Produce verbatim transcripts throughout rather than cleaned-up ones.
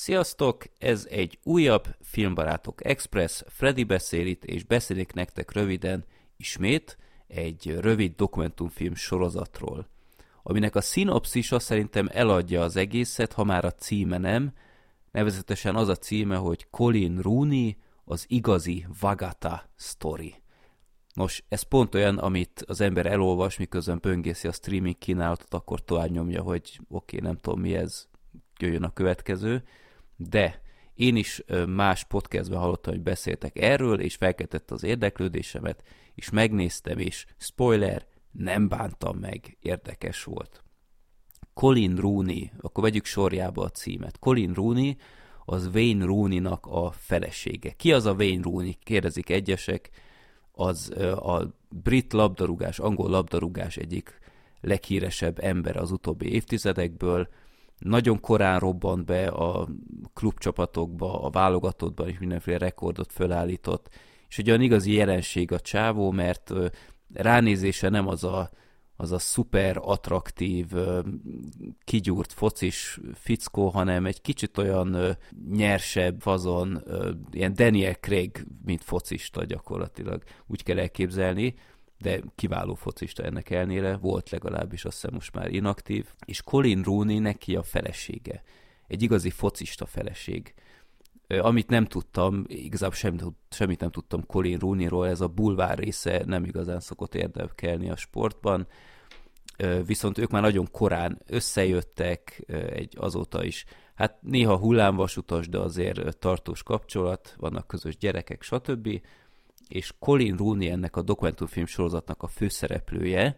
Sziasztok! Ez egy újabb Filmbarátok Express. Freddy beszél itt, és beszélik nektek röviden ismét egy rövid dokumentumfilm sorozatról, aminek a szinopszisa szerintem eladja az egészet, ha már a címe nem. Nevezetesen az a címe, hogy Colin Rooney, az igazi Vagata Story. Nos, ez pont olyan, amit az ember elolvas, miközben böngészi a streaming kínálatot, akkor tovább nyomja, hogy oké, okay, nem tudom mi ez, jöjjön a következő. De én is más podcastben hallottam, hogy beszéltek erről, és felkeltette az érdeklődésemet, és megnéztem, és spoiler, nem bántam meg, érdekes volt. Colin Rooney, akkor vegyük sorjába a címet. Colin Rooney az Wayne Rooney-nak a felesége. Ki az a Wayne Rooney? Kérdezik egyesek. Az a brit labdarúgás, angol labdarúgás egyik leghíresebb ember az utóbbi évtizedekből. Nagyon korán robbant be a klubcsapatokba, a válogatottban is mindenféle rekordot fölállított, és egy olyan igazi jelenség a csávó, mert ránézése nem az a, az a szuper attraktív, kigyúrt focis fickó, hanem egy kicsit olyan nyersebb, fazon, ilyen Daniel Craig, mint focista gyakorlatilag. Úgy kell elképzelni, de kiváló focista ennek ellenére, volt legalábbis, azt hiszem most már inaktív, és Colin Rooney neki a felesége. Egy igazi focista feleség. Amit nem tudtam, igazából semmit, semmit nem tudtam Colin Rooneyról, ez a bulvár része nem igazán szokott érdekelni a sportban, viszont ők már nagyon korán összejöttek, egy azóta is, hát néha hullámvasutas, de azért tartós kapcsolat, vannak közös gyerekek, stb., és Colin Rooney ennek a dokumentumfilm sorozatnak a főszereplője,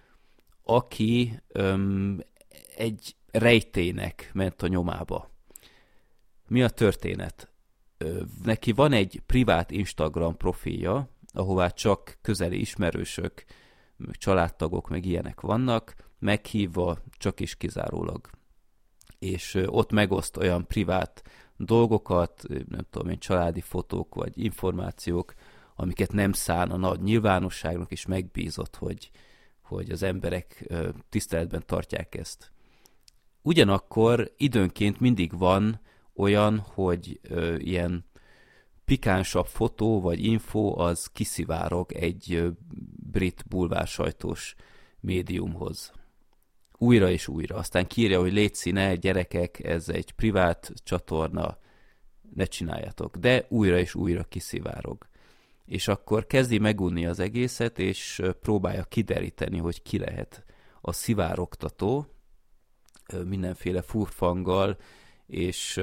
aki öm, egy rejtének ment a nyomába. Mi a történet? Ö, neki van egy privát Instagram profilja, ahová csak közeli ismerősök, családtagok, meg ilyenek vannak, meghívva csak is kizárólag. És ö, ott megoszt olyan privát dolgokat, nem tudom én, családi fotók vagy információk, amiket nem szán a nagy nyilvánosságnak, és megbízott, hogy, hogy az emberek tiszteletben tartják ezt. Ugyanakkor időnként mindig van olyan, hogy ö, ilyen pikánsabb fotó vagy info az kiszivárog egy ö, brit bulvársajtós médiumhoz. Újra és újra. Aztán kiírja, hogy létszi, ne, gyerekek, ez egy privát csatorna, ne csináljatok. De újra és újra kiszivárog. És akkor kezdi megunni az egészet, és próbálja kideríteni, hogy ki lehet a szivárogtató, mindenféle furfanggal, és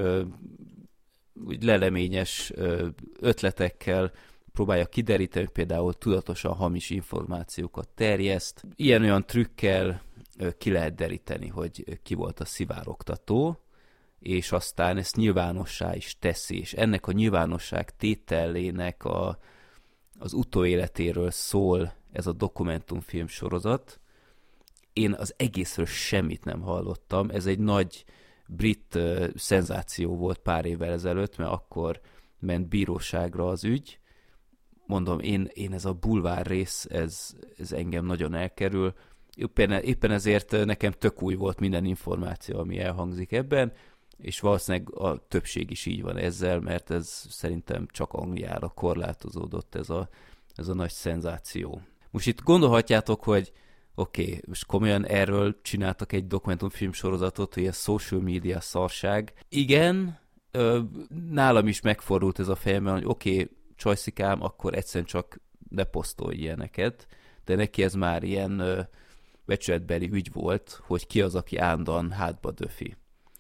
úgy leleményes ötletekkel próbálja kideríteni, hogy például tudatosan hamis információkat terjeszt. Ilyen-olyan trükkel ki lehet deríteni, hogy ki volt a szivárogtató, és aztán ezt nyilvánossá is teszi, és ennek a nyilvánosság tételének a az utóéletéről szól ez a dokumentumfilm sorozat. Én az egészről semmit nem hallottam. Ez egy nagy brit uh, szenzáció volt pár évvel ezelőtt, mert akkor ment bíróságra az ügy. Mondom, én, én ez a bulvár rész, ez, ez engem nagyon elkerül. Éppen, éppen ezért nekem tök új volt minden információ, ami elhangzik ebben, és valószínűleg a többség is így van ezzel, mert ez szerintem csak Angliára korlátozódott ez a, ez a nagy szenzáció. Most itt gondolhatjátok, hogy oké, okay, most komolyan erről csináltak egy dokumentumfilm sorozatot, hogy ez social media szarság. Igen, ö, nálam is megfordult ez a fejemben, hogy oké, okay, csajszikám, akkor egyszerűen csak ne posztolj ilyeneket, de neki ez már ilyen ö, becsületbeli ügy volt, hogy ki az, aki állandóan hátba döfi.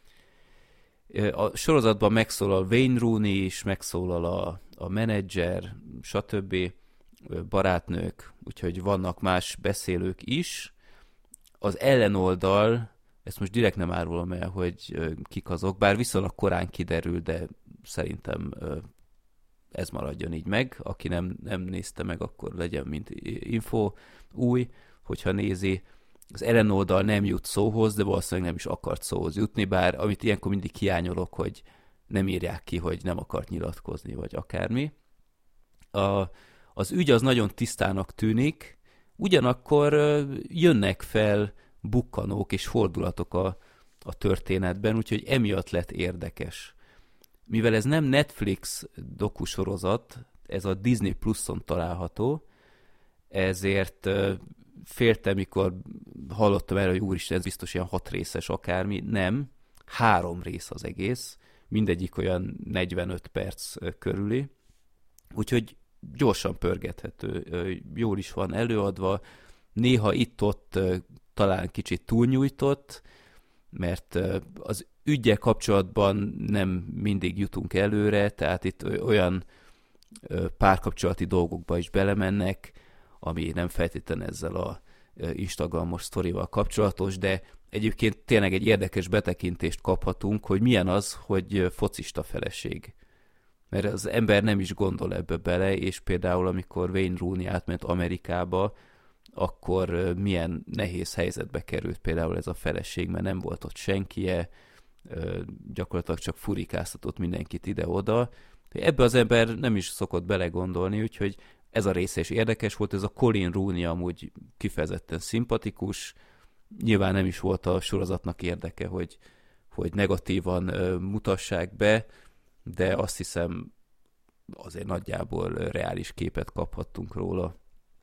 A sorozatban megszólal Wayne Rooney is, megszólal a, a menedzser, stb. Barátnők, úgyhogy vannak más beszélők is. Az ellenoldal, ezt most direkt nem árulom el, hogy kik azok, bár viszonylag korán kiderül, de szerintem ez maradjon így meg. Aki nem, nem nézte meg, akkor legyen mint info új, hogyha nézi. Az ellenoldal nem jut szóhoz, de valószínűleg nem is akart szóhoz jutni, bár amit ilyenkor mindig hiányolok, hogy nem írják ki, hogy nem akart nyilatkozni, vagy akármi. A, az ügy az nagyon tisztának tűnik, ugyanakkor jönnek fel bukkanók és fordulatok a, a történetben, úgyhogy emiatt lett érdekes. mivel ez nem Netflix dokusorozat, ez a Disney Pluson található, ezért féltem, mikor hallottam erről, hogy úristen, ez biztos ilyen hat részes akármi. Nem, három rész az egész, mindegyik olyan negyvenöt perc körüli, úgyhogy gyorsan pörgethető, jól is van előadva, néha itt-ott talán kicsit túlnyújtott, mert az üggyel kapcsolatban nem mindig jutunk előre, tehát itt olyan párkapcsolati dolgokba is belemennek, ami nem feltétlenül ezzel a Instagramos sztorival kapcsolatos, de egyébként tényleg egy érdekes betekintést kaphatunk, hogy milyen az, hogy focista feleség. Mert az ember nem is gondol ebbe bele, és például amikor Wayne Rooney átment Amerikába, akkor milyen nehéz helyzetbe került például ez a feleség, mert nem volt ott senkie, gyakorlatilag csak furikáztatott mindenkit ide-oda. Ebbe az ember nem is szokott belegondolni, úgyhogy ez a része is érdekes volt, ez a Colin Rooney amúgy kifejezetten szimpatikus, nyilván nem is volt a sorozatnak érdeke, hogy, hogy negatívan mutassák be, de azt hiszem azért nagyjából reális képet kaphattunk róla.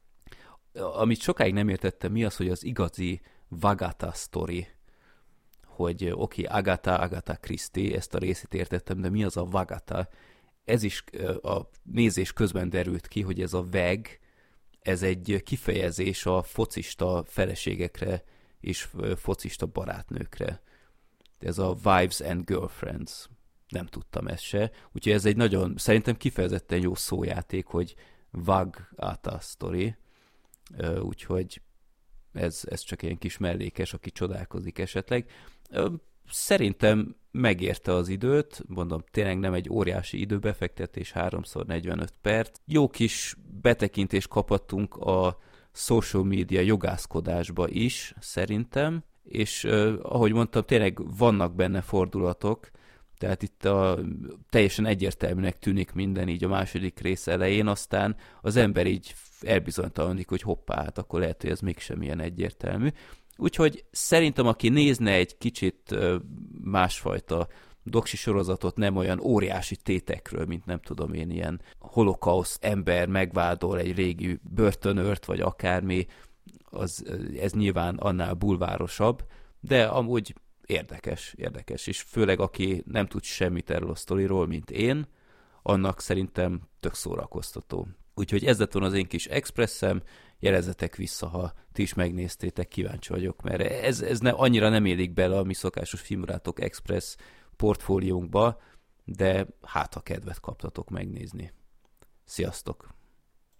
Amit sokáig nem értettem, mi az, hogy az igazi Vagata sztori, hogy oké, okay, Agatha, Agatha Christie, ezt a részét értettem, de mi az a Vagata? Ez is a nézés közben derült ki, hogy ez a veg, ez egy kifejezés a focista feleségekre és focista barátnőkre. Ez a wives and girlfriends. Nem tudtam ezt se. Úgyhogy ez egy nagyon, szerintem kifejezetten jó szójáték, hogy Vagata sztori. Úgyhogy ez, ez csak ilyen kis mellékes, aki csodálkozik esetleg. Szerintem megérte az időt, mondom, tényleg nem egy óriási időbefektetés, háromszor negyvenöt perc. Jó kis betekintést kaphattunk a social media jogászkodásba is, szerintem, és uh, ahogy mondtam, tényleg vannak benne fordulatok, tehát itt a, teljesen egyértelműnek tűnik minden így a második rész elején, aztán az ember így elbizonytalanodik, hogy hoppá, hát akkor lehet, hogy ez mégsem ilyen egyértelmű. Úgyhogy szerintem, aki nézne egy kicsit másfajta doksi sorozatot, nem olyan óriási tétekről, mint nem tudom én, ilyen holokauszt ember megvádol egy régi börtönőrt, vagy akármi, az, ez nyilván annál bulvárosabb, de amúgy érdekes, érdekes, és főleg aki nem tud semmit erről a sztoriról, mint én, annak szerintem tök szórakoztató. Úgyhogy ez lett volna az én kis expresszem, jelezzetek vissza, ha ti is megnéztétek, kíváncsi vagyok, mert ez, ez ne, annyira nem élik bele a mi szokásos Filmbarátok Express portfóliónkba, de hát ha kedvet kaptatok megnézni. Sziasztok!